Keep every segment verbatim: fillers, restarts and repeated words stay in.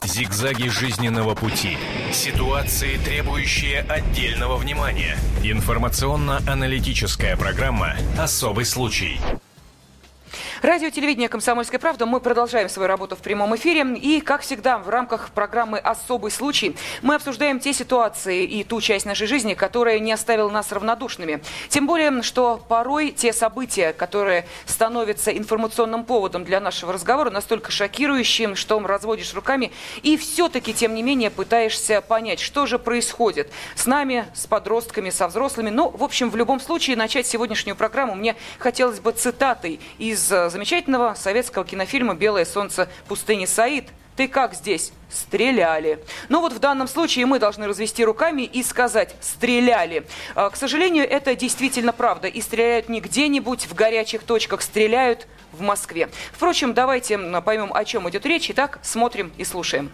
Зигзаги жизненного пути. Ситуации, требующие отдельного внимания. Информационно-аналитическая программа «Особый случай». Радио, телевидение «Комсомольская правда». Мы продолжаем свою работу в прямом эфире. И, как всегда, в рамках программы «Особый случай» мы обсуждаем те ситуации и ту часть нашей жизни, которая не оставила нас равнодушными. Тем более, что порой те события, которые становятся информационным поводом для нашего разговора, настолько шокирующим, что разводишь руками и все-таки, тем не менее, пытаешься понять, что же происходит с нами, с подростками, со взрослыми. Ну, в общем, в любом случае, начать сегодняшнюю программу мне хотелось бы цитатой из замечательного советского кинофильма «Белое солнце пустыни». Саид, ты как здесь? Стреляли. Но вот в данном случае мы должны развести руками и сказать «стреляли». К сожалению, это действительно правда. И стреляют не где-нибудь в горячих точках, стреляют в Москве. Впрочем, давайте поймем, о чем идет речь. Итак, смотрим и слушаем.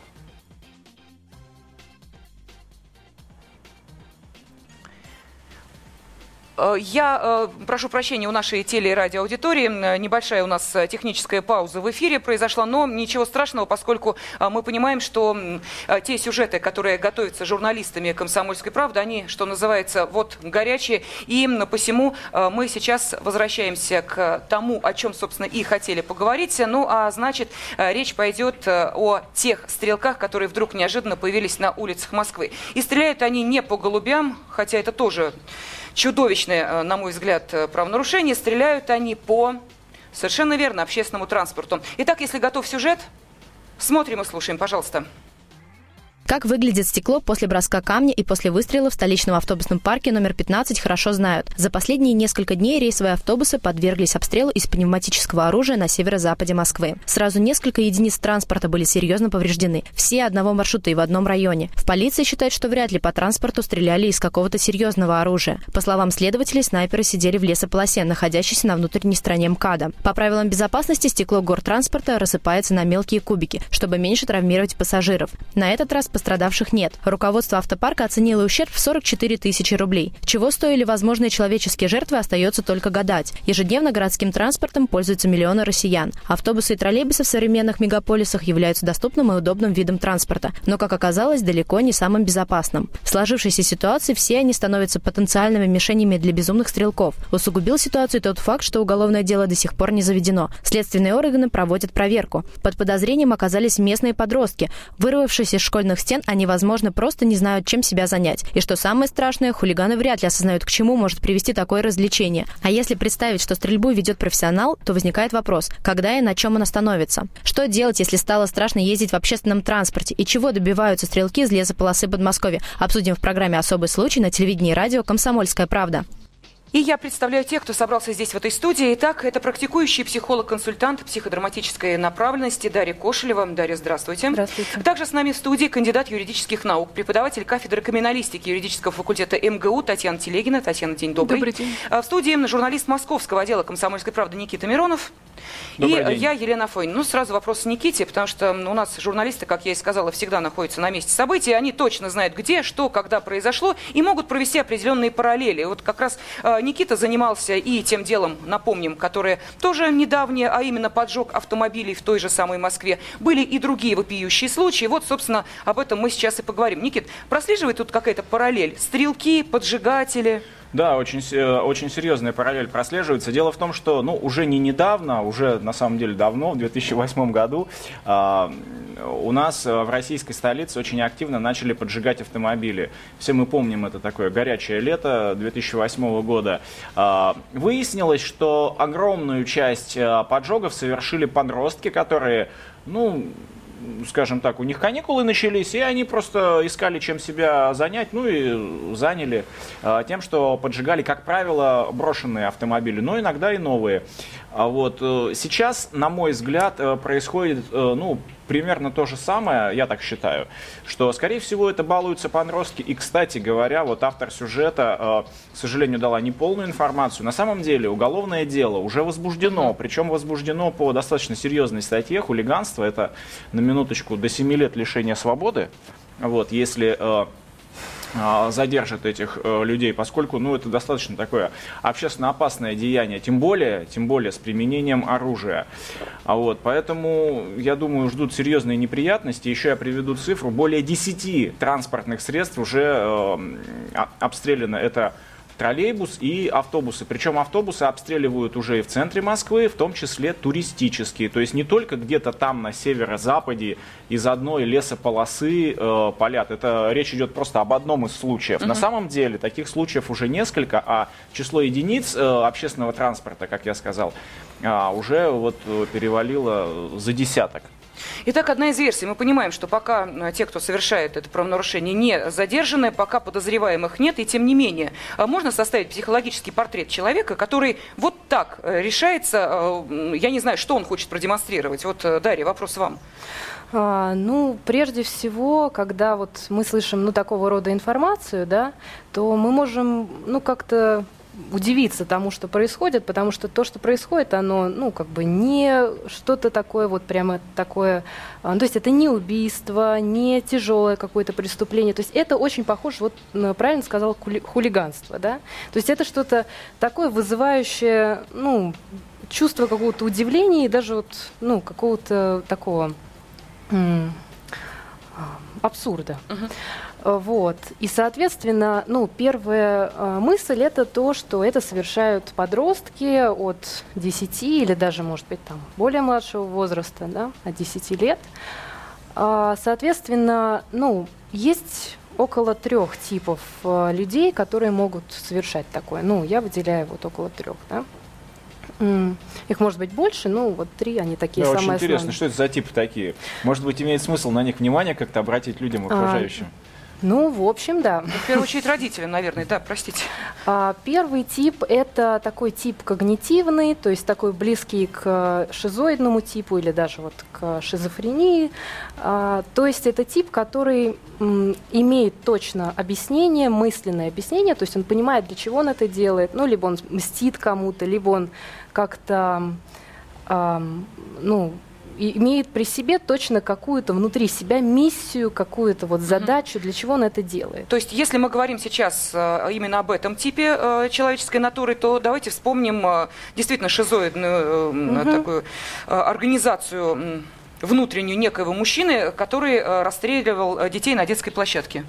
Я э, прошу прощения у нашей теле- и радиоаудитории. Небольшая у нас техническая пауза в эфире произошла, но ничего страшного, поскольку э, мы понимаем, что э, те сюжеты, которые готовятся журналистами «Комсомольской правды», они, что называется, вот горячие. И посему э, мы сейчас возвращаемся к тому, о чем, собственно, и хотели поговорить. Ну, а значит, э, речь пойдет э, о тех стрелках, которые вдруг неожиданно появились на улицах Москвы. И стреляют они не по голубям, хотя это тоже чудовищное, на мой взгляд, правонарушение. Стреляют они по, совершенно верно, общественному транспорту. Итак, если готов сюжет, смотрим и слушаем, пожалуйста. Как выглядит стекло после броска камня и после выстрела в столичном автобусном парке номер пятнадцать хорошо знают. За последние несколько дней рейсовые автобусы подверглись обстрелу из пневматического оружия на северо-западе Москвы. Сразу несколько единиц транспорта были серьезно повреждены. Все одного маршрута и в одном районе. В полиции считают, что вряд ли по транспорту стреляли из какого-то серьезного оружия. По словам следователей, снайперы сидели в лесополосе, находящейся на внутренней стороне МКАДа. По правилам безопасности стекло гортранспорта рассыпается на мелкие кубики, чтобы меньше травмировать пассажиров. На этот раз пострадавших нет. Руководство автопарка оценило ущерб в сорок четыре тысячи рублей. Чего стоили возможные человеческие жертвы, остается только гадать. Ежедневно городским транспортом пользуются миллионы россиян. Автобусы и троллейбусы в современных мегаполисах являются доступным и удобным видом транспорта, но, как оказалось, далеко не самым безопасным. В сложившейся ситуации все они становятся потенциальными мишенями для безумных стрелков. Усугубил ситуацию тот факт, что уголовное дело до сих пор не заведено. Следственные органы проводят проверку. Под подозрением оказались местные подростки. Вырвавшись из школьных стен, они, возможно, просто не знают, чем себя занять. И что самое страшное, хулиганы вряд ли осознают, к чему может привести такое развлечение. А если представить, что стрельбу ведет профессионал, то возникает вопрос, когда и на чем он остановится. Что делать, если стало страшно ездить в общественном транспорте? И чего добиваются стрелки из лесополосы Подмосковья? Обсудим в программе «Особый случай» на телевидении и радио «Комсомольская правда». И я представляю тех, кто собрался здесь, в этой студии. Итак, это практикующий психолог-консультант психодраматической направленности Дарья Кошелева. Дарья, здравствуйте. Здравствуйте. Также с нами в студии кандидат юридических наук, преподаватель кафедры криминалистики юридического факультета МГУ Татьяна Телегина. Татьяна, день добрый. Добрый день. В студии журналист московского отдела «Комсомольской правды» Никита Миронов. Добрый и день. Я, Елена Афонина. Ну, сразу вопрос Никите, потому что у нас журналисты, как я и сказала, всегда находятся на месте событий. Они точно знают, где, что, когда произошло, и могут провести определенные параллели. Вот как раз э, Никита занимался и тем делом, напомним, которое тоже недавнее, а именно поджог автомобилей в той же самой Москве. Были и другие вопиющие случаи. Вот, собственно, об этом мы сейчас и поговорим. Никит, прослеживает тут какая-то параллель? Стрелки, поджигатели... Да, очень, очень серьезная параллель прослеживается. Дело в том, что ну, уже не недавно, уже на самом деле давно, в две тысячи восьмом году, э, у нас в российской столице очень активно начали поджигать автомобили. Все мы помним это такое горячее лето две тысячи восьмого года. Э, выяснилось, что огромную часть поджогов совершили подростки, которые, ну... скажем так, у них каникулы начались, и они просто искали, чем себя занять, ну и заняли э, тем, что поджигали, как правило, брошенные автомобили, но иногда и новые. А вот э, сейчас, на мой взгляд, э, происходит, э, ну, примерно то же самое, я так считаю, что, скорее всего, это балуются подростки. И, кстати говоря, вот автор сюжета, э, к сожалению, дала неполную информацию. На самом деле уголовное дело уже возбуждено, причем возбуждено по достаточно серьезной статье хулиганство. Это, на минуточку, до семи лет лишения свободы. Вот, если... Э, задержат этих людей, поскольку, ну, это достаточно такое общественно опасное деяние, тем более, тем более с применением оружия. А вот, поэтому, я думаю, ждут серьезные неприятности. Еще я приведу цифру. Более десяти транспортных средств уже э, обстреляно. Это троллейбус и автобусы. Причем автобусы обстреливают уже и в центре Москвы, в том числе туристические. То есть не только где-то там на северо-западе из одной лесополосы э, палят. Это речь идет просто об одном из случаев. Uh-huh. На самом деле таких случаев уже несколько, а число единиц э, общественного транспорта, как я сказал, э, уже вот перевалило за десяток. Итак, одна из версий. Мы понимаем, что пока те, кто совершает это правонарушение, не задержаны, пока подозреваемых нет, и тем не менее, можно составить психологический портрет человека, который вот так решается, я не знаю, что он хочет продемонстрировать. Вот, Дарья, вопрос вам. А, ну, прежде всего, когда вот мы слышим, ну, такого рода информацию, да, то мы можем, ну, как-то удивиться тому, что происходит, потому что то, что происходит, оно, ну, как бы не что-то такое вот прямо такое, то есть это не убийство, не тяжелое какое-то преступление, то есть это очень похоже, вот правильно сказал, хули- хулиганство, да, то есть это что-то такое вызывающее, ну, чувство какого-то удивления и даже вот, ну, какого-то такого м- абсурда. Uh-huh. Вот. И, соответственно, ну, первая э, мысль – это то, что это совершают подростки от десяти или даже, может быть, там, более младшего возраста, да, от десяти лет. А, соответственно, ну, есть около трех типов э, людей, которые могут совершать такое. Ну, я выделяю вот около трех, да. Их может быть больше, но вот три, они такие, да, самые очень интересно, основные. что это за типы такие? Может быть, имеет смысл на них внимание как-то обратить людям, окружающим? А, ну, в общем, да. В первую очередь родителям, наверное, да, простите. А, первый тип – это такой тип когнитивный, то есть такой близкий к шизоидному типу или даже вот к шизофрении. А, то есть это тип, который м, имеет точно объяснение, мысленное объяснение, то есть он понимает, для чего он это делает, ну, либо он мстит кому-то, либо он как-то, а, ну, имеет при себе точно какую-то внутри себя миссию, какую-то вот задачу, для чего он это делает. То есть, если мы говорим сейчас э, именно об этом типе э, человеческой натуры, то давайте вспомним э, действительно шизоидную э, угу. такую э, организацию э, внутреннюю некоего мужчины, который э, расстреливал детей на детской площадке.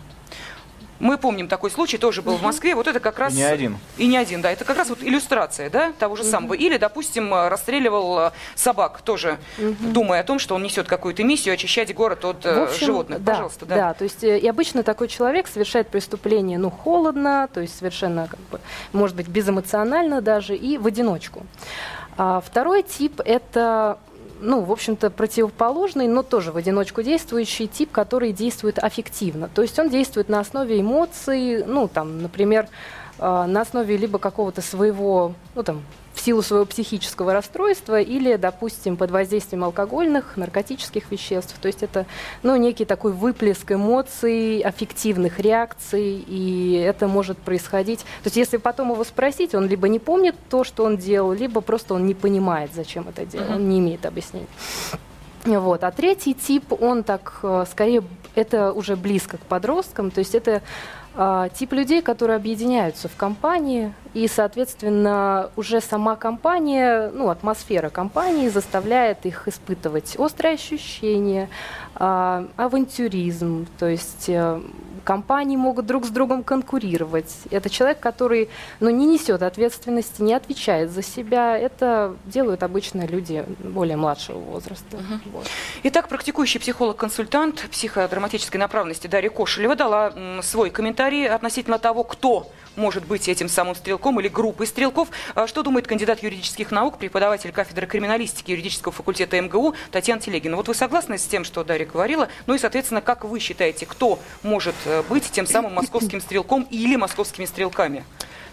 Мы помним такой случай, тоже был uh-huh. в Москве. Вот это как раз... И не один. И не один, да. Это как раз вот иллюстрация, да, того же uh-huh. самого. Или, допустим, расстреливал собак, тоже uh-huh. думая о том, что он несет какую-то миссию очищать город от в общем, животных. Да, пожалуйста, да. Да, то есть и обычно такой человек совершает преступление, ну, холодно, то есть совершенно, как бы, может быть, безэмоционально даже, и в одиночку. А второй тип – это... ну, в общем-то, противоположный, но тоже в одиночку действующий тип, который действует аффективно. То есть он действует на основе эмоций, ну, там, например, э, на основе либо какого-то своего, ну, там, в силу своего психического расстройства или, допустим, под воздействием алкогольных, наркотических веществ. То есть это, ну, некий такой выплеск эмоций, аффективных реакций, и это может происходить. То есть если потом его спросить, он либо не помнит то, что он делал, либо просто он не понимает, зачем это делал, он не имеет объяснений. Вот. А третий тип, он так, скорее, это уже близко к подросткам, то есть это а, тип людей, которые объединяются в компании, и, соответственно, уже сама компания, ну, атмосфера компании заставляет их испытывать острые ощущения, а, авантюризм, то есть а, компании могут друг с другом конкурировать. Это человек, который, ну, не несет ответственности, не отвечает за себя. Это делают обычно люди более младшего возраста. Угу. Вот. Итак, практикующий психолог-консультант психодраматической направленности Дарья Кошелева дала м, свой комментарий относительно того, кто может быть этим самым стрелком или группой стрелков. Что думает кандидат юридических наук, преподаватель кафедры криминалистики юридического факультета эм гэ у Татьяна Телегина? Вот вы согласны с тем, что Дарья говорила? Ну и, соответственно, как вы считаете, кто может быть тем самым московским стрелком или московскими стрелками?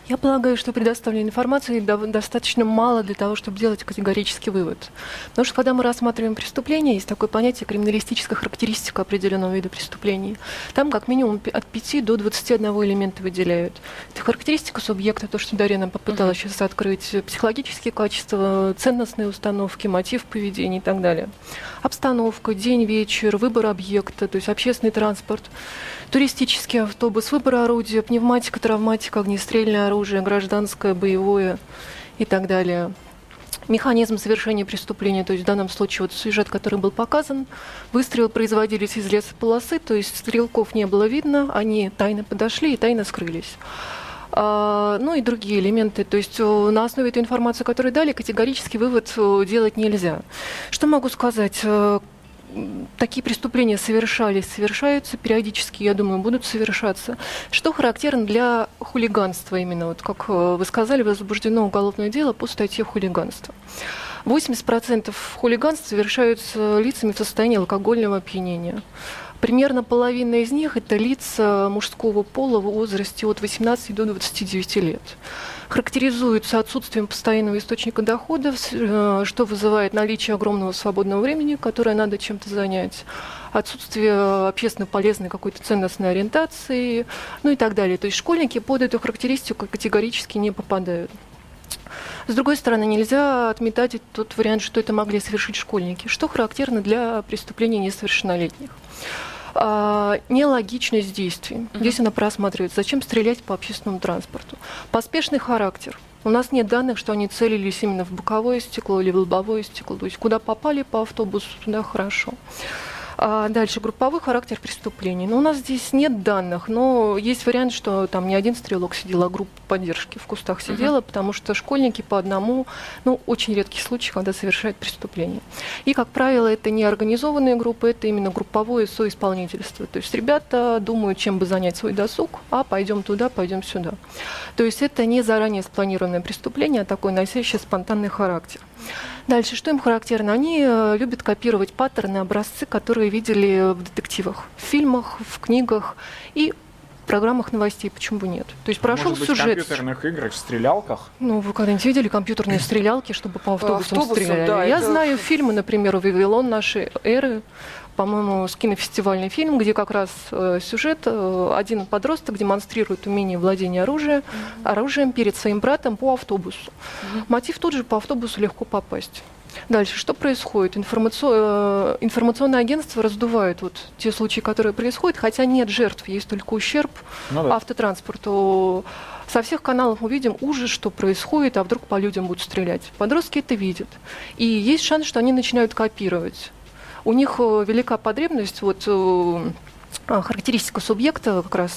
Я полагаю, что предоставленной информации достаточно мало для того, чтобы делать категорический вывод. Потому что когда мы рассматриваем преступление, есть такое понятие криминалистическая характеристика определенного вида преступления. Там как минимум от пяти до двадцати одного элемента выделяют. Это характеристика субъекта, то, что Дарья нам попыталась uh-huh. сейчас открыть, психологические качества, ценностные установки, мотив поведения и так далее. Обстановка, день, вечер, выбор объекта, то есть общественный транспорт, туристический автобус, выбор орудия, пневматика, травматика, огнестрельное оружие, гражданское, боевое и так далее. Механизм совершения преступления, то есть в данном случае вот сюжет, который был показан, выстрелы производились из лесополосы, то есть стрелков не было видно, они тайно подошли и тайно скрылись. А, ну и другие элементы. То есть на основе этой информации, которую дали, категорический вывод делать нельзя. Что могу сказать? Такие преступления совершались, совершаются периодически, я думаю, будут совершаться. Что характерно для хулиганства именно? Вот, как вы сказали, возбуждено уголовное дело по статье хулиганства. восемьдесят процентов хулиганств совершаются лицами в состоянии алкогольного опьянения. Примерно половина из них – это лица мужского пола в возрасте от восемнадцати до двадцати девяти лет. Характеризуются отсутствием постоянного источника доходов, что вызывает наличие огромного свободного времени, которое надо чем-то занять, отсутствие общественно полезной какой-то ценностной ориентации, ну и так далее. То есть школьники под эту характеристику категорически не попадают. С другой стороны, нельзя отметать тот вариант, что это могли совершить школьники, что характерно для преступлений несовершеннолетних. А, нелогичность действий. Uh-huh. Здесь она просматривается. Зачем стрелять по общественному транспорту? Поспешный характер. У нас нет данных, что они целились именно в боковое стекло или в лобовое стекло. То есть куда попали по автобусу, туда хорошо. А дальше групповой характер преступлений. Но у нас здесь нет данных, но есть вариант, что там не один стрелок сидел, а группа поддержки в кустах сидела, uh-huh. потому что школьники по одному, ну, очень редкий случай, когда совершают преступление. И, как правило, это не организованные группы, это именно групповое соисполнительство. То есть ребята думают, чем бы занять свой досуг, а пойдем туда, пойдем сюда. То есть это не заранее спланированное преступление, а такой носящий спонтанный характер. Дальше, что им характерно? Они э, любят копировать паттерны, образцы, которые видели в детективах, в фильмах, в книгах и в программах новостей. Почему бы нет? То есть прошел Может быть, сюжет. В компьютерных играх, в стрелялках? Ну, вы когда-нибудь видели компьютерные стрелялки, чтобы по автобусам, автобусам стреляли? да, Я это... знаю фильмы, например, «Вавилон» нашей эры, по-моему, кинофестивальный фильм, где как раз э, сюжет, э, один подросток демонстрирует умение владения оружием, mm-hmm. оружием перед своим братом по автобусу. Mm-hmm. Мотив тут же по автобусу легко попасть. Дальше, что происходит? Информацион... э, информационные агентства раздувают вот те случаи, которые происходят, хотя нет жертв, есть только ущерб ну, да. автотранспорту. Со всех каналов мы видим ужас, что происходит, а вдруг по людям будут стрелять. Подростки это видят. И есть шанс, что они начинают копировать. У них велика потребность, вот, характеристика субъекта как раз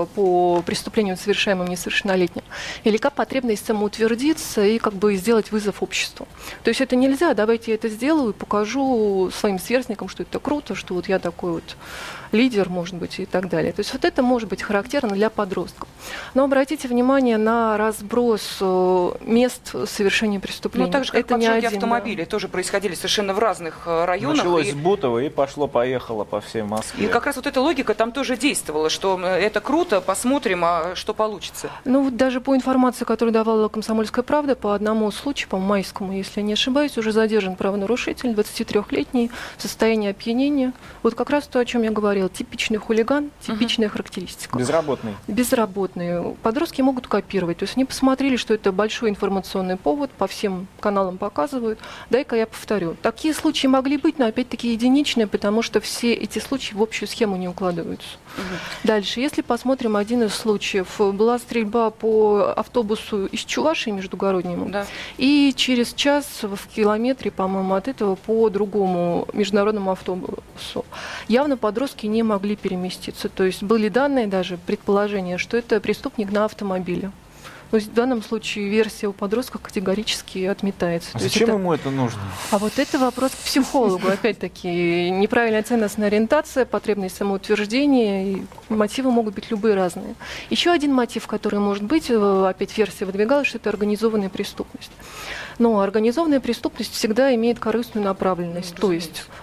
по преступлениям, совершаемым несовершеннолетним, велика потребность самоутвердиться и как бы сделать вызов обществу. То есть это нельзя, давайте я это сделаю и покажу своим сверстникам, что это круто, что вот я такой вот лидер, может быть, и так далее. То есть вот это может быть характерно для подростков. Но обратите внимание на разброс мест совершения преступлений. Ну, так же, как это поджоги один, автомобилей, да. тоже происходили совершенно в разных районах. Началось и... с Бутова и пошло-поехало по всей Москве. И как раз вот эта логика там тоже действовала, что это круто, посмотрим, а что получится. Ну вот даже по информации, которую давала «Комсомольская правда», по одному случаю, по майскому, если я не ошибаюсь, уже задержан правонарушитель, двадцатитрёхлетний, в состоянии опьянения. Вот как раз то, о чем я говорила. Типичный хулиган, типичная uh-huh. характеристика. Безработный. Безработные. Подростки могут копировать. То есть они посмотрели, что это большой информационный повод, по всем каналам показывают. Дай-ка я повторю. Такие случаи могли быть, но опять-таки единичные, потому что все эти случаи в общую схему не укладываются. Uh-huh. Дальше, если посмотрим один из случаев, была стрельба по автобусу из Чувашии междугороднему, да. и через час в километре, по-моему, от этого по другому международному автобусу. Явно подростки не могли переместиться. То есть были данные, даже предположения, что это преступник на автомобиле. Но в данном случае версия у подростков категорически отметается. А То зачем это... ему это нужно? А вот это вопрос к психологу. Опять-таки, неправильная ценностная ориентация, потребность самоутверждения, и мотивы могут быть любые разные. Еще один мотив, который может быть, опять версия выдвигалась, что это организованная преступность. Но организованная преступность всегда имеет корыстную направленность. То есть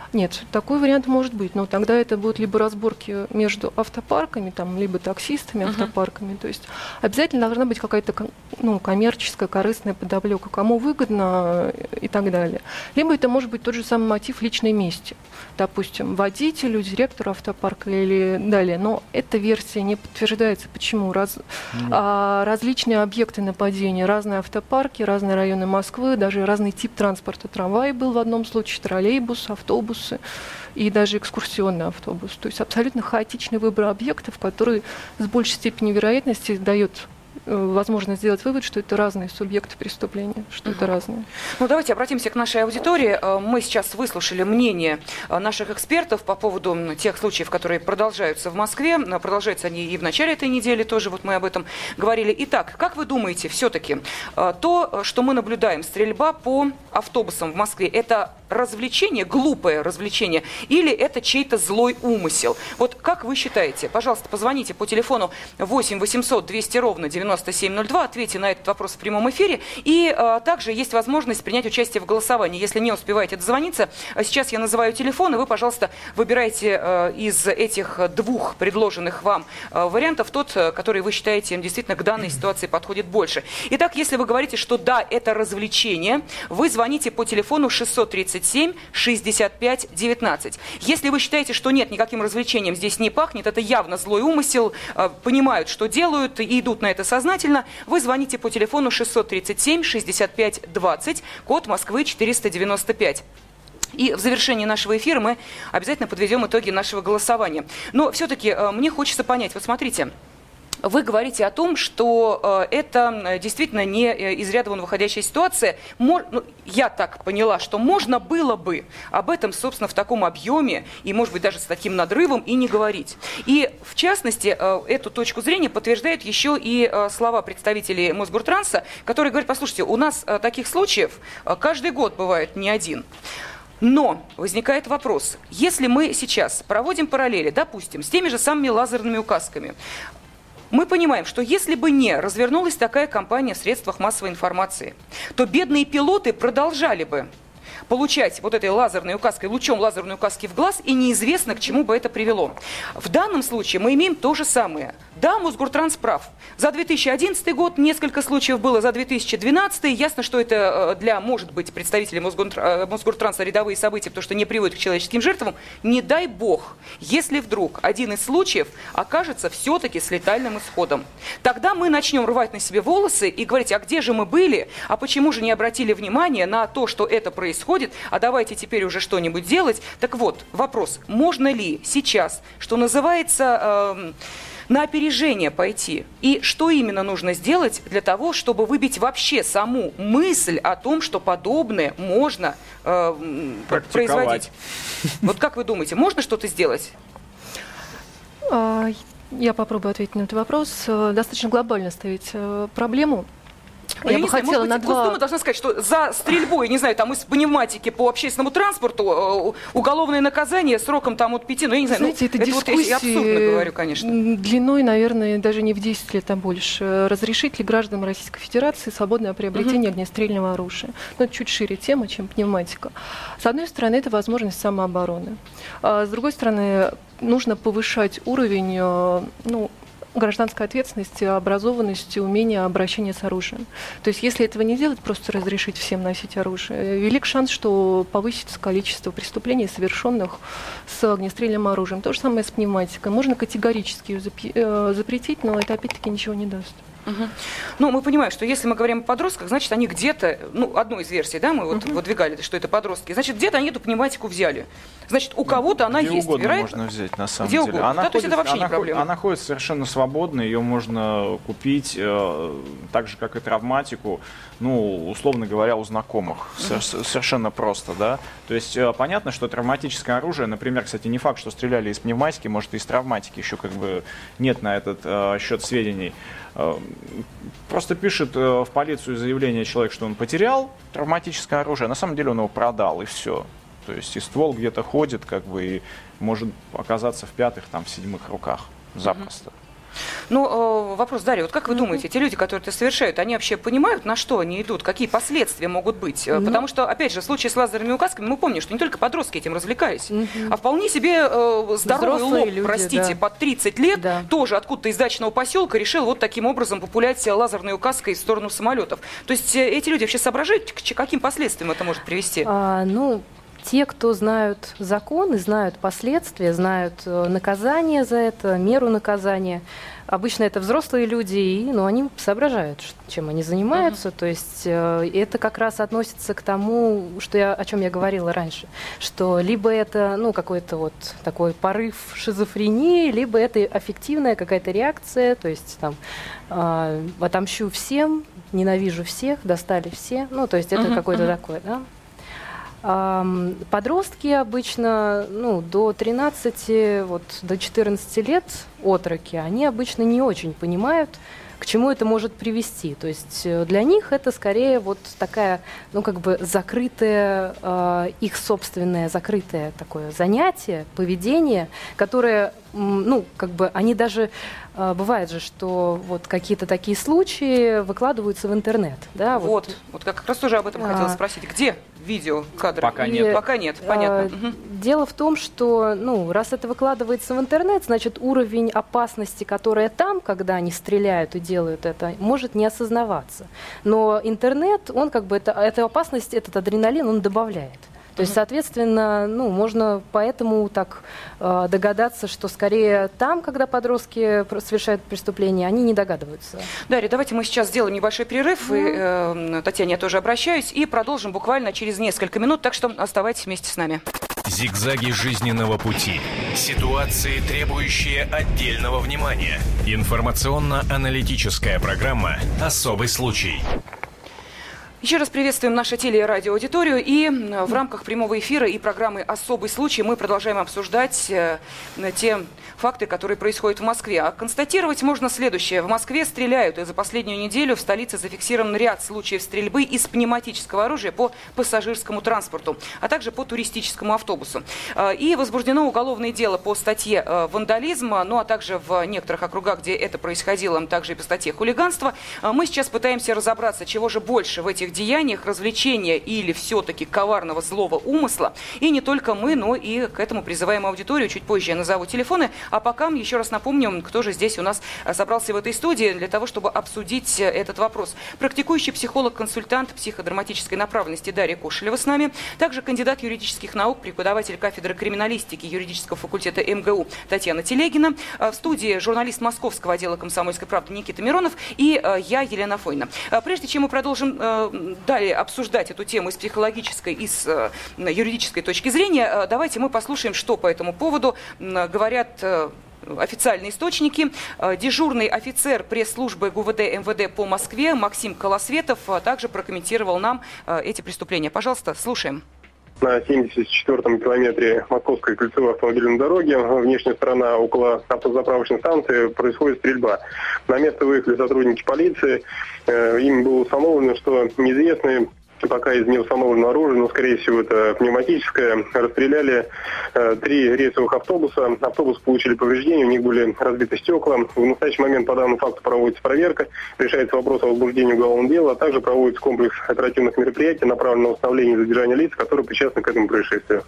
Нет, такой вариант может быть, но тогда это будут либо разборки между автопарками, там, либо таксистами, uh-huh. автопарками. То есть обязательно должна быть какая-то ну, коммерческая, корыстная подоплека, кому выгодно и так далее. Либо это может быть тот же самый мотив личной мести. Допустим, водителю, директору автопарка или далее. Но эта версия не подтверждается. Почему? Раз, uh-huh. а, различные объекты нападения, разные автопарки, разные районы Москвы, даже разный тип транспорта. Трамвай был в одном случае, троллейбус, автобус, и даже экскурсионный автобус. То есть абсолютно хаотичный выбор объектов, который с большей степенью вероятности дает возможно сделать вывод, что это разные субъекты преступления, что uh-huh. это разные. Ну, давайте обратимся к нашей аудитории. Мы сейчас выслушали мнение наших экспертов по поводу тех случаев, которые продолжаются в Москве. Продолжаются они и в начале этой недели тоже, вот мы об этом говорили. Итак, как вы думаете, все-таки то, что мы наблюдаем, стрельба по автобусам в Москве, это развлечение, глупое развлечение, или это чей-то злой умысел? Вот как вы считаете? Пожалуйста, позвоните по телефону восемь восемьсот двести ровно девяносто семь ноль два, ответьте на этот вопрос в прямом эфире, и а, также есть возможность принять участие в голосовании. Если не успеваете дозвониться, сейчас я называю телефон, и вы, пожалуйста, выбирайте а, из этих двух предложенных вам а, вариантов тот, который вы считаете действительно к данной ситуации подходит больше. Итак, если вы говорите, что да, это развлечение, вы звоните по телефону шестьсот тридцать семь шестьдесят пять девятнадцать. Если вы считаете, что нет, никаким развлечением здесь не пахнет, это явно злой умысел, понимают, что делают и идут на это сознательно, вы звоните по телефону шестьсот тридцать семь шестьдесят пять двадцать, код Москвы четыреста девяносто пять. И в завершении нашего эфира мы обязательно подведем итоги нашего голосования. Но все-таки мне хочется понять, вот смотрите, вы говорите о том, что э, это действительно не из ряда вон выходящая ситуация. Мор, ну, я так поняла, что можно было бы об этом, собственно, в таком объеме и, может быть, даже с таким надрывом и не говорить. И, в частности, э, эту точку зрения подтверждают еще и э, слова представителей Мосгортранса, которые говорят, послушайте, у нас э, таких случаев э, каждый год бывает не один. Но возникает вопрос, если мы сейчас проводим параллели, допустим, с теми же самыми лазерными указками, мы понимаем, что если бы не развернулась такая кампания в средствах массовой информации, то бедные пилоты продолжали бы получать вот этой лазерной указкой, лучом лазерной указки в глаз, и неизвестно, к чему бы это привело. В данном случае мы имеем то же самое. Да, Мосгортранс прав. За две тысячи одиннадцатый год несколько случаев было, за две тысячи двенадцатый. Ясно, что это для, может быть, представителей Мосгортранса рядовые события, потому что не приводят к человеческим жертвам. Не дай бог, если вдруг один из случаев окажется все-таки с летальным исходом. Тогда мы начнем рвать на себе волосы и говорить, а где же мы были, а почему же не обратили внимания на то, что это происходит, а давайте теперь уже что-нибудь делать. Так вот, вопрос, можно ли сейчас, что называется, э, на опережение пойти? И что именно нужно сделать для того, чтобы выбить вообще саму мысль о том, что подобное можно э, производить? Вот как вы думаете, можно что-то сделать? Я попробую ответить на этот вопрос. Достаточно глобально ставить проблему. Я, я бы знаю, хотела может быть, на два... Госдума должна сказать, что за стрельбой, не знаю, там из пневматики по общественному транспорту уголовное наказание сроком там от пяти, ну я не знаю, знаете, ну, это, это дискуссии вот я абсурдно говорю, конечно. Длиной, наверное, даже не в десять лет, а больше. Разрешить ли гражданам Российской Федерации свободное приобретение uh-huh. огнестрельного оружия? Ну, это чуть шире тема, чем пневматика. С одной стороны, это возможность самообороны. А с другой стороны, нужно повышать уровень, ну, гражданской ответственности, образованности, умения обращения с оружием. То есть, если этого не делать, просто разрешить всем носить оружие, велик шанс, что повысится количество преступлений, совершенных с огнестрельным оружием. То же самое с пневматикой. Можно категорически ее запретить, но это опять-таки ничего не даст. Угу. Ну, мы понимаем, что если мы говорим о подростках, значит, они где-то, ну, одной из версий, да, мы вот угу. выдвигали, что это подростки, значит, где-то они эту пневматику взяли. Значит, у кого-то она где есть, угодно вероятно. Можно взять, на самом где деле. Угодно. Она да, ходит, то есть это вообще она, не проблема. Она ходит совершенно свободно, ее можно купить, э, так же, как и травматику, ну, условно говоря, у знакомых. Угу. Совершенно просто, да. То есть э, понятно, что травматическое оружие, например, кстати, не факт, что стреляли из пневматики, может, и из травматики, еще как бы нет на этот э, счет сведений. Просто пишет в полицию заявление человек, что он потерял травматическое оружие, а на самом деле он его продал, и все. То есть и ствол где-то ходит, как бы, и может оказаться в пятых, там, в седьмых руках запросто. Ну, вопрос, Дарья, вот как вы думаете, те люди, которые это совершают, они вообще понимают, на что они идут, какие последствия могут быть? Ну, потому что, опять же, в случае с лазерными указками мы помним, что не только подростки этим развлекались, угу. а вполне себе э, здоровый лоб, люди, простите, да. под тридцать лет, да. тоже откуда-то из дачного поселка решил вот таким образом популять лазерной указкой в сторону самолетов. То есть эти люди вообще соображают, к каким последствиям это может привести? А, ну... Те, кто знают закон и знают последствия, знают наказание за это, меру наказания, обычно это взрослые люди, и ну, они соображают, чем они занимаются. Uh-huh. То есть э, это как раз относится к тому, что я, о чем я говорила раньше, что либо это ну, какой-то вот такой порыв шизофрении, либо это аффективная какая-то реакция, то есть там э, отомщу всем, ненавижу всех, достали все, ну то есть это uh-huh. какое-то uh-huh. такое, да. Подростки обычно, ну, до тринадцати, вот, до четырнадцати лет, отроки, они обычно не очень понимают, к чему это может привести. То есть для них это скорее вот такая, ну, как бы закрытое, э, их собственное закрытое такое занятие, поведение, которое, ну, как бы они даже... Бывает же, что вот какие-то такие случаи выкладываются в интернет. Да, вот, вот, вот как раз тоже об этом а, хотела спросить. Где видео, кадры? Пока и, нет. Пока нет, понятно. А, угу. Дело в том, что, ну, раз это выкладывается в интернет, значит, уровень опасности, которая там, когда они стреляют и делают это, может не осознаваться. Но интернет, он как бы, это, эту опасность, этот адреналин, он добавляет. То есть, соответственно, ну, можно поэтому так э, догадаться, что скорее там, когда подростки совершают преступления, они не догадываются. Дарья, давайте мы сейчас сделаем небольшой перерыв, mm. и, э, Татьяне я тоже обращаюсь, и продолжим буквально через несколько минут, так что оставайтесь вместе с нами. Зигзаги жизненного пути. Ситуации, требующие отдельного внимания. Информационно-аналитическая программа «Особый случай». Еще раз приветствуем нашу теле- и радиоаудиторию. И в рамках прямого эфира и программы «Особый случай» мы продолжаем обсуждать э, те факты, которые происходят в Москве. А констатировать можно следующее. В Москве стреляют, и за последнюю неделю в столице зафиксирован ряд случаев стрельбы из пневматического оружия по пассажирскому транспорту, а также по туристическому автобусу. Э, и возбуждено уголовное дело по статье э, «Вандализм», ну а также в некоторых округах, где это происходило, также и по статье «Хулиганство». Э, мы сейчас пытаемся разобраться, чего же больше в этих деяниях, развлечения или все-таки коварного злого умысла. И не только мы, но и к этому призываем аудиторию. Чуть позже я назову телефоны. А пока еще раз напомню, кто же здесь у нас собрался в этой студии для того, чтобы обсудить этот вопрос. Практикующий психолог-консультант психодраматической направленности Дарья Кошелева с нами. Также кандидат юридических наук, преподаватель кафедры криминалистики юридического факультета эм гэ у Татьяна Телегина. В студии журналист Московского отдела «Комсомольской правды» Никита Миронов и я, Елена Фойна. Прежде чем мы продолжим далее обсуждать эту тему с психологической и с э, юридической точки зрения, э, давайте мы послушаем, что по этому поводу э, говорят э, официальные источники. Э, дежурный офицер пресс-службы ГУВД эм вэ дэ по Москве Максим Колосветов э, также прокомментировал нам э, эти преступления. Пожалуйста, слушаем. На семьдесят четвёртом километре Московской кольцевой автомобильной дороги, внешняя сторона около автозаправочной станции, происходит стрельба. На место выехали сотрудники полиции. Им было установлено, что неизвестные, пока из неустановленного оружия, но, скорее всего, это пневматическое, расстреляли э, три рейсовых автобуса. Автобусы получили повреждения, у них были разбиты стекла. В настоящий момент по данному факту проводится проверка, решается вопрос о возбуждении уголовного дела, а также проводится комплекс оперативных мероприятий, направленных на установление и задержание лиц, которые причастны к этому происшествию.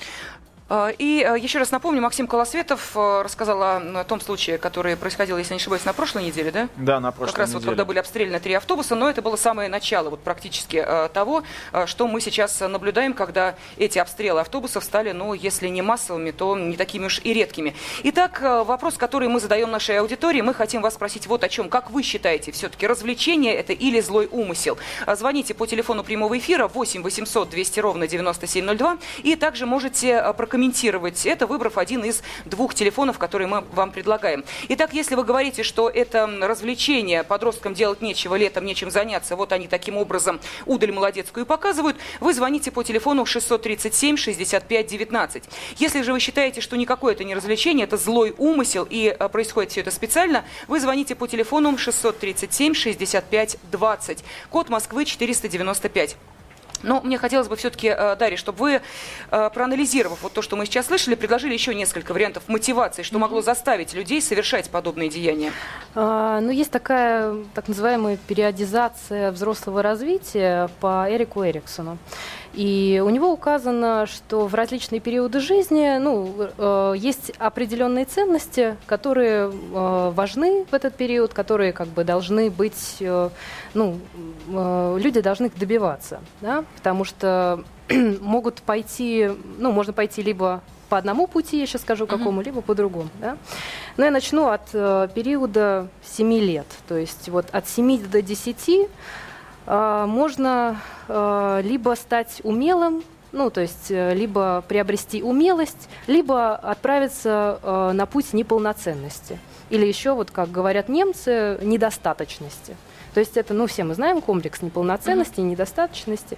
И еще раз напомню, Максим Колосветов рассказал о том случае, который происходил, если не ошибаюсь, на прошлой неделе, да? Да, на прошлой как раз неделе. Вот когда были обстреляны три автобуса, но это было самое начало вот практически того, что мы сейчас наблюдаем, когда эти обстрелы автобусов стали, ну, если не массовыми, то не такими уж и редкими. Итак, вопрос, который мы задаем нашей аудитории, мы хотим вас спросить вот о чем. Как вы считаете, все-таки развлечение это или злой умысел? Звоните по телефону прямого эфира восемь восемьсот двести ровно девяносто семь ноль два и также можете прокомментировать это, выбрав один из двух телефонов, которые мы вам предлагаем. Итак, если вы говорите, что это развлечение, подросткам делать нечего, летом нечем заняться, вот они таким образом удаль молодецкую показывают, вы звоните по телефону шестьсот тридцать семь шестьдесят пять девятнадцать. Если же вы считаете, что никакое это не развлечение, это злой умысел и происходит все это специально, вы звоните по телефону шестьсот тридцать семь шестьдесят пять двадцать, код Москвы четыреста девяносто пять. Но мне хотелось бы все-таки, Дарья, чтобы вы, проанализировав вот то, что мы сейчас слышали, предложили еще несколько вариантов мотивации, что могло заставить людей совершать подобные деяния. А, ну, есть такая так называемая периодизация взрослого развития по Эрику Эриксону. И у него указано, что в различные периоды жизни ну, э, есть определенные ценности, которые э, важны в этот период, которые как бы должны быть, э, ну, э, люди должны их добиваться, да? Потому что могут пойти, ну, можно пойти либо по одному пути, я сейчас скажу какому, uh-huh. либо по другому. Да? Но я начну от э, периода семи лет, то есть вот от семи до десяти можно либо стать умелым, ну, то есть либо приобрести умелость, либо отправиться на путь неполноценности. Или еще, вот как говорят немцы, недостаточности. То есть это, ну, все мы знаем комплекс неполноценности и недостаточности.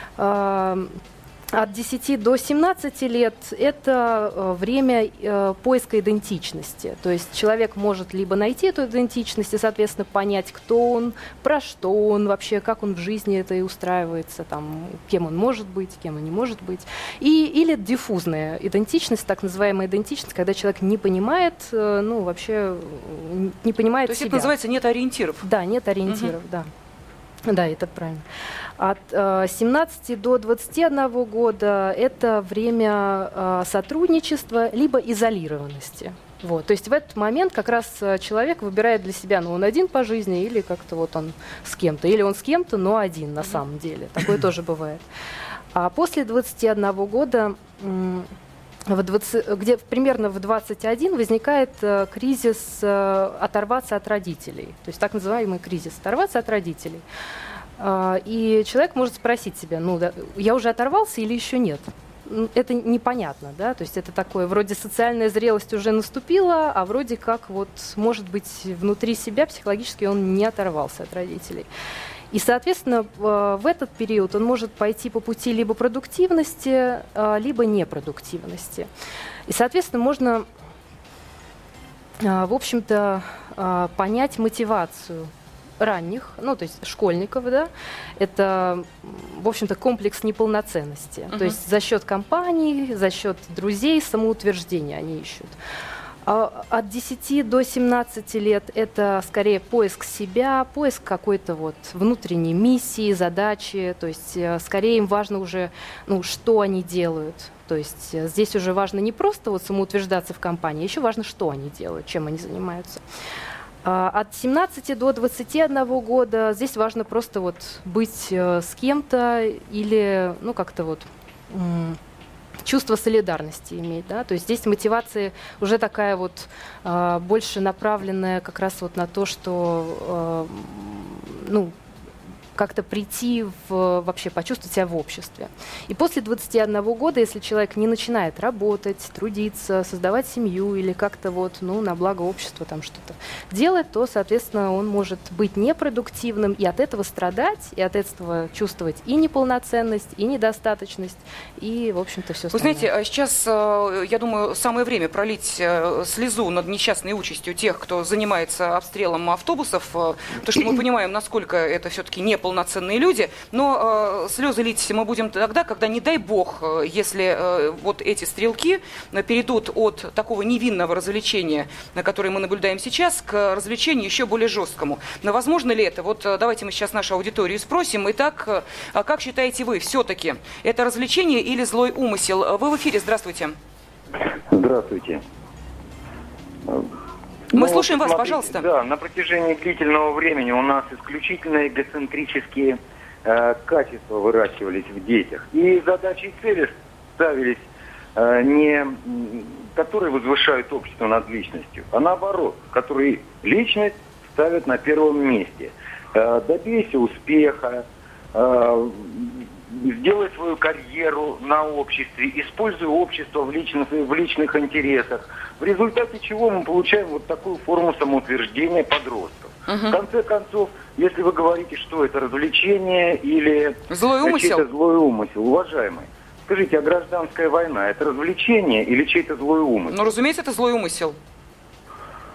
От десяти до семнадцати лет это э, время э, поиска идентичности. То есть человек может либо найти эту идентичность и, соответственно, понять, кто он, про что он вообще, как он в жизни это и устраивается, там, кем он может быть, кем он не может быть. И, или диффузная идентичность, так называемая идентичность, когда человек не понимает, э, ну, вообще не понимает себя. То есть это называется нет ориентиров? Да, нет ориентиров, угу. да. Да, это правильно. От э, семнадцати до двадцати одного года это время э, сотрудничества либо изолированности. Вот. То есть в этот момент как раз человек выбирает для себя, ну, он один по жизни или как-то вот он с кем-то. Или он с кем-то, но один на самом деле. Такое тоже бывает. А после двадцати одного года... В двадцать, где примерно в двадцать один возникает э, кризис э, оторваться от родителей, то есть так называемый кризис оторваться от родителей. Э, и человек может спросить себя, ну, да, я уже оторвался или еще нет? Это непонятно, да, то есть это такое, вроде социальная зрелость уже наступила, а вроде как вот, может быть, внутри себя психологически он не оторвался от родителей. И, соответственно, в этот период он может пойти по пути либо продуктивности, либо непродуктивности. И, соответственно, можно, в общем-то, понять мотивацию ранних, ну, то есть школьников, да, это, в общем-то, комплекс неполноценности. Uh-huh. То есть за счет компаний, за счет друзей, самоутверждения они ищут. От десяти до семнадцати лет это скорее поиск себя, поиск какой-то вот внутренней миссии, задачи. То есть скорее им важно уже, ну, что они делают. То есть здесь уже важно не просто вот самоутверждаться в компании, еще важно, что они делают, чем они занимаются. От семнадцати до двадцати одного года здесь важно просто вот быть с кем-то или, ну, как-то вот... чувство солидарности иметь, да, то есть здесь мотивация уже такая вот э, больше направленная как раз вот на то, что, э, ну, как-то прийти в, вообще почувствовать себя в обществе. И после двадцати одного года, если человек не начинает работать, трудиться, создавать семью или как-то вот, ну, на благо общества там что-то делать, то, соответственно, он может быть непродуктивным и от этого страдать, и от этого чувствовать и неполноценность, и недостаточность, и, в общем-то, все остальное. Вы знаете, сейчас, я думаю, самое время пролить слезу над несчастной участью тех, кто занимается обстрелом автобусов, потому что мы понимаем, насколько это все-таки неполноценно полноценные люди, но э, слезы лить мы будем тогда, когда, не дай бог, э, если э, вот эти стрелки э, перейдут от такого невинного развлечения, на которое мы наблюдаем сейчас, к развлечению еще более жесткому. Но возможно ли это? Вот э, давайте мы сейчас нашу аудиторию спросим. Итак, э, а как считаете вы, все-таки это развлечение или злой умысел? Вы в эфире, здравствуйте. Здравствуйте. Мы ну, слушаем вот, вас, смотрите, пожалуйста. Да, на протяжении длительного времени у нас исключительно эгоцентрические э, качества выращивались в детях. И задачи и цели ставились э, не которые возвышают общество над личностью, а наоборот, которые личность ставят на первом месте. Э, добейся успеха, э, сделай свою карьеру на обществе, используй общество в личных, в личных интересах. В результате чего мы получаем вот такую форму самоутверждения подростков. Uh-huh. В конце концов, если вы говорите, что это развлечение или злой умысел, чей-то злой умысел, уважаемые, скажите, а гражданская война это развлечение или чей-то злой умысел? Ну, разумеется, это злой умысел.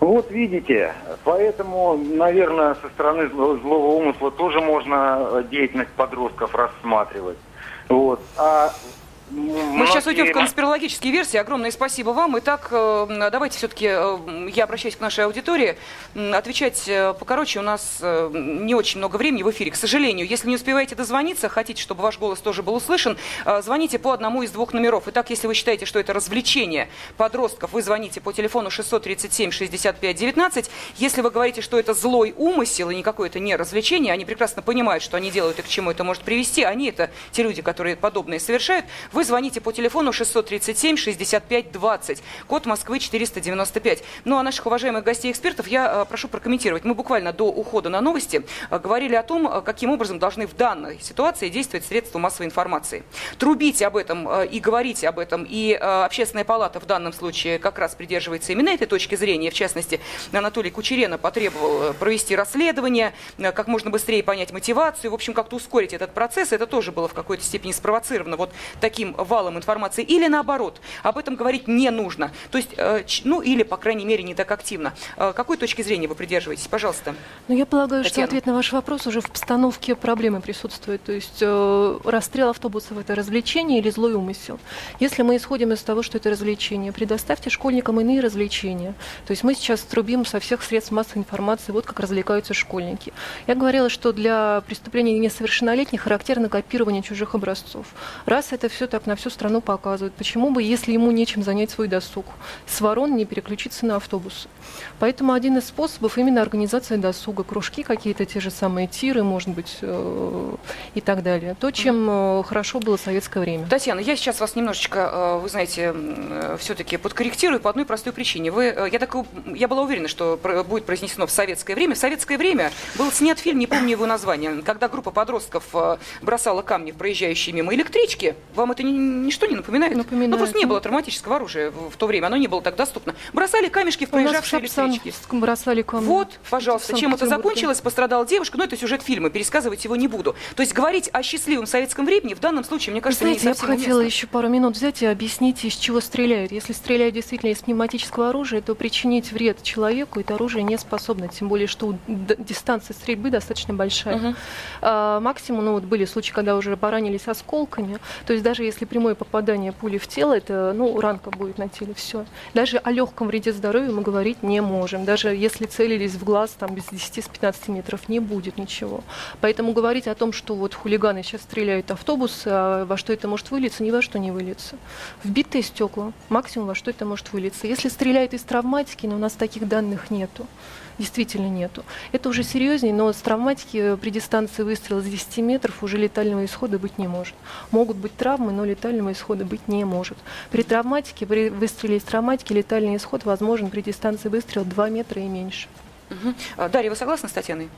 Вот видите, поэтому, наверное, со стороны злого умысла тоже можно деятельность подростков рассматривать. Вот. А Мы многие... сейчас уйдем в конспирологические версии. Огромное спасибо вам. Итак, давайте все-таки, я обращаюсь к нашей аудитории, отвечать покороче. У нас не очень много времени в эфире, к сожалению. Если не успеваете дозвониться, хотите, чтобы ваш голос тоже был услышан, звоните по одному из двух номеров. Итак, если вы считаете, что это развлечение подростков, вы звоните по телефону шестьсот тридцать семь шестьдесят пять девятнадцать. Если вы говорите, что это злой умысел и никакое это не развлечение, они прекрасно понимают, что они делают и к чему это может привести. Они это те люди, которые подобное совершают. Вы звоните по телефону шестьсот тридцать семь шестьдесят пять двадцать, код Москвы четыреста девяносто пять. Ну а наших уважаемых гостей и экспертов я прошу прокомментировать. Мы буквально до ухода на новости говорили о том, каким образом должны в данной ситуации действовать средства массовой информации. Трубите об этом и говорите об этом. И Общественная палата в данном случае как раз придерживается именно этой точки зрения. В частности, Анатолий Кучерена потребовал провести расследование, как можно быстрее понять мотивацию, в общем, как-то ускорить этот процесс. Это тоже было в какой-то степени спровоцировано вот таким валом информации, или наоборот, об этом говорить не нужно. То есть, э, ну или, по крайней мере, не так активно. Э, какой точки зрения вы придерживаетесь? Пожалуйста. Ну, я полагаю, Татьяна. что ответ на ваш вопрос уже в постановке проблемы присутствует. То есть э, расстрел автобусов – это развлечение или злой умысел? Если мы исходим из того, что это развлечение, предоставьте школьникам иные развлечения. То есть мы сейчас трубим со всех средств массовой информации, вот как развлекаются школьники. Я говорила, что для преступлений несовершеннолетних характерно копирование чужих образцов. Раз это все так на всю страну показывают, почему бы, если ему нечем занять свой досуг, с ворон не переключиться на автобусы? Поэтому один из способов именно организация досуга, кружки какие-то, те же самые тиры, может быть, э, и так далее. То, чем э, хорошо было в советское время. Татьяна, я сейчас вас немножечко, вы знаете, все-таки подкорректирую по одной простой причине. Вы, я, так, я была уверена, что будет произнесено в советское время. В советское время был снят фильм, не помню его название, когда группа подростков бросала камни в проезжающие мимо электрички. Вам это ничто не напоминает? Напоминает. Ну, просто не было травматического оружия в то время, оно не было так доступно. Бросали камешки в проезжавшие электрички. Бросали камни. Вот, пожалуйста, чем это закончилось, пострадала девушка, но это сюжет фильма, пересказывать его не буду. То есть говорить о счастливом советском времени в данном случае, мне кажется, знаете, не совсем я бы хотела уместно. еще пару минут взять и объяснить, из чего стреляют. Если стреляют действительно из пневматического оружия, то причинить вред человеку это оружие не способно, тем более, что дистанция стрельбы достаточно большая. Uh-huh. А, максимум, ну вот были случаи, когда уже поранились осколками, то есть даже если прямое попадание пули в тело, это, ну, ранка будет на теле, все. Даже о легком вреде здоровью мы говорить не можем. Даже если целились в глаз, там, без десяти-пятнадцати метров, не будет ничего. Поэтому говорить о том, что вот хулиганы сейчас стреляют автобусы, а во что это может вылиться, ни во что не выльется. Вбитые стекла, максимум во что это может вылиться. Если стреляют из травматики, но у нас таких данных нету. Действительно нету. Это уже серьезнее, но с травматики при дистанции выстрела с десяти метров уже летального исхода быть не может. Могут быть травмы, но летального исхода быть не может. При травматике, при выстреле из травматики летальный исход возможен при дистанции выстрела два метра и меньше. Угу. Дарья, вы согласны с Татьяной?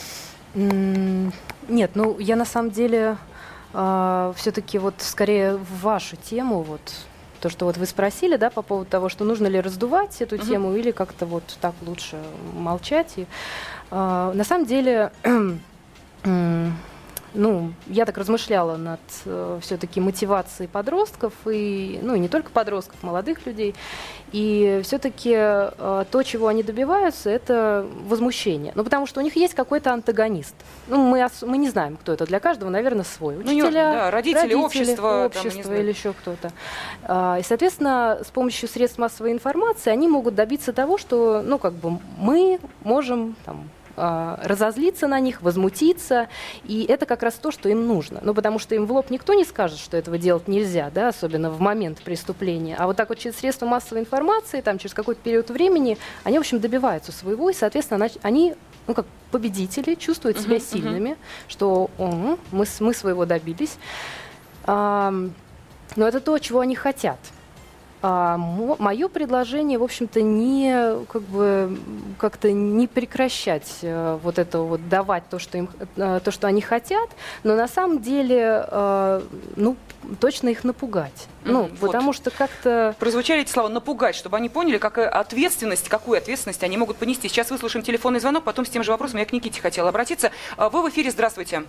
Нет, ну я на самом деле э, все-таки вот скорее в вашу тему вот. То, что вот вы спросили, да, по поводу того, что нужно ли раздувать эту uh-huh. тему или как-то вот так лучше молчать. И, э, на самом деле, э, ну, я так размышляла над э, все-таки мотивацией подростков, и, ну, и не только подростков, молодых людей. И все-таки э, то, чего они добиваются, это возмущение. Ну, потому что у них есть какой-то антагонист. Ну, мы, ос- мы не знаем, кто это. Для каждого, наверное, свой. Учителя, ну, да, родители, родители, общество, общество там, или еще кто-то. А, и, соответственно, с помощью средств массовой информации они могут добиться того, что, ну, как бы мы можем там разозлиться на них, возмутиться, и это как раз то, что им нужно. Ну, потому что им в лоб никто не скажет, что этого делать нельзя, да, особенно в момент преступления. А вот так вот через средства массовой информации, там, через какой-то период времени, они, в общем, добиваются своего, и, соответственно, они, ну, как победители, чувствуют себя uh-huh, сильными, uh-huh. что угу, мы, мы своего добились. А, но это то, чего они хотят. А мое предложение, в общем-то, не как бы как-то не прекращать э, вот это вот давать то, что им, э, то, что они хотят, но на самом деле, э, ну, точно их напугать. Mm-hmm. Ну, вот. Потому что как-то... Прозвучали эти слова «напугать», чтобы они поняли, какая ответственность, какую ответственность они могут понести. Сейчас выслушаем телефонный звонок, потом с тем же вопросом я к Никите хотела обратиться. Вы в эфире, здравствуйте.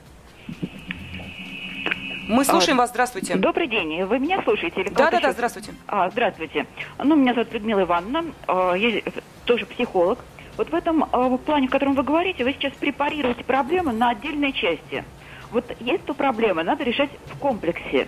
Мы слушаем а, вас, здравствуйте. Добрый день, вы меня слушаете? Или да, да, да, здравствуйте. А, здравствуйте. Ну, меня зовут Людмила Ивановна. Я тоже психолог. Вот в этом э, плане, в котором вы говорите, вы сейчас препарируете проблемы на отдельные части. Вот есть то проблема, надо решать в комплексе.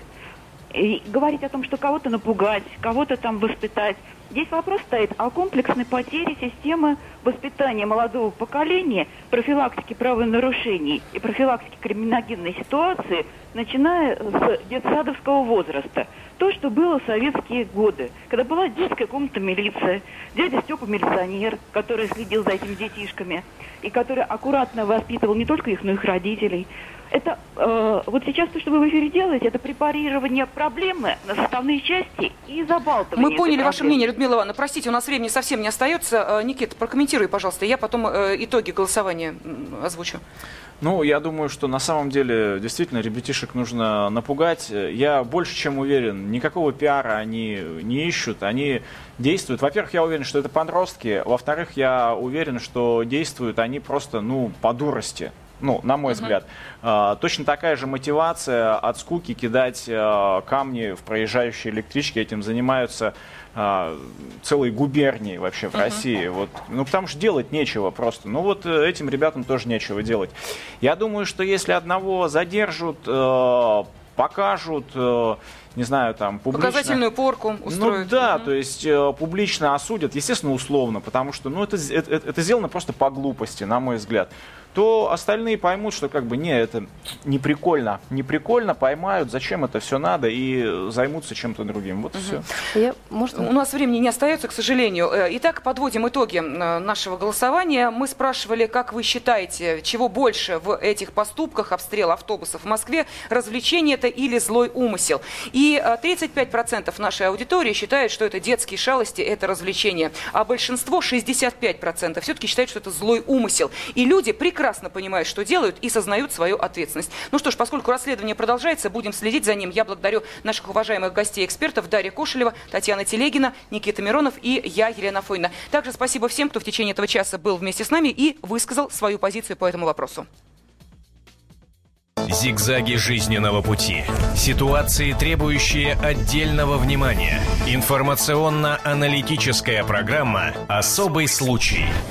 И говорить о том, что кого-то напугать, кого-то там воспитать. Здесь вопрос стоит о комплексной потере системы воспитания молодого поколения, профилактики правонарушений и профилактики криминогенной ситуации, начиная с детсадовского возраста. То, что было в советские годы, когда была детская комната милиция, дядя Степа милиционер, который следил за этими детишками, и который аккуратно воспитывал не только их, но и их родителей. Это э, вот сейчас то, что вы в эфире делаете, это препарирование проблемы на составные части и забалтывание. Мы поняли ваше мнение, Людмила Ивановна. Простите, у нас времени совсем не остается. Никита, прокомментируй, пожалуйста. Я потом э, итоги голосования озвучу. Ну, я думаю, что на самом деле действительно ребятишек нужно напугать. Я больше чем уверен, никакого пиара они не ищут, они действуют. Во-первых, я уверен, что это подростки. Во-вторых, я уверен, что действуют они просто, ну, по дурости. Ну, на мой uh-huh. взгляд. А, точно такая же мотивация от скуки кидать а, камни в проезжающие электрички. Этим занимаются а, целые губернии вообще в uh-huh. России. Вот, ну, потому что делать нечего просто. Ну, вот этим ребятам тоже нечего делать. Я думаю, что если одного задержат, а, покажут... А, не знаю, там, публично... Показательную порку устроят. Ну да, угу. то есть э, публично осудят, естественно, условно, потому что, ну, это, это, это сделано просто по глупости, на мой взгляд. То остальные поймут, что как бы, не, это не прикольно, не прикольно, поймают, зачем это все надо, и займутся чем-то другим. Вот и угу. все. Я, может, у нас времени не остается, к сожалению. Итак, подводим итоги нашего голосования. Мы спрашивали, как вы считаете, чего больше в этих поступках, обстрел автобусов в Москве, развлечение это или злой умысел? И И тридцать пять процентов нашей аудитории считают, что это детские шалости, это развлечение. А большинство, шестьдесят пять процентов, все-таки считают, что это злой умысел. И люди прекрасно понимают, что делают, и сознают свою ответственность. Ну что ж, поскольку расследование продолжается, будем следить за ним. Я благодарю наших уважаемых гостей-экспертов Дарья Кошелева, Татьяна Телегина, Никита Миронов и я, Елена Афонина. Также спасибо всем, кто в течение этого часа был вместе с нами и высказал свою позицию по этому вопросу. Зигзаги жизненного пути. Ситуации, требующие отдельного внимания. Информационно-аналитическая программа «Особый случай».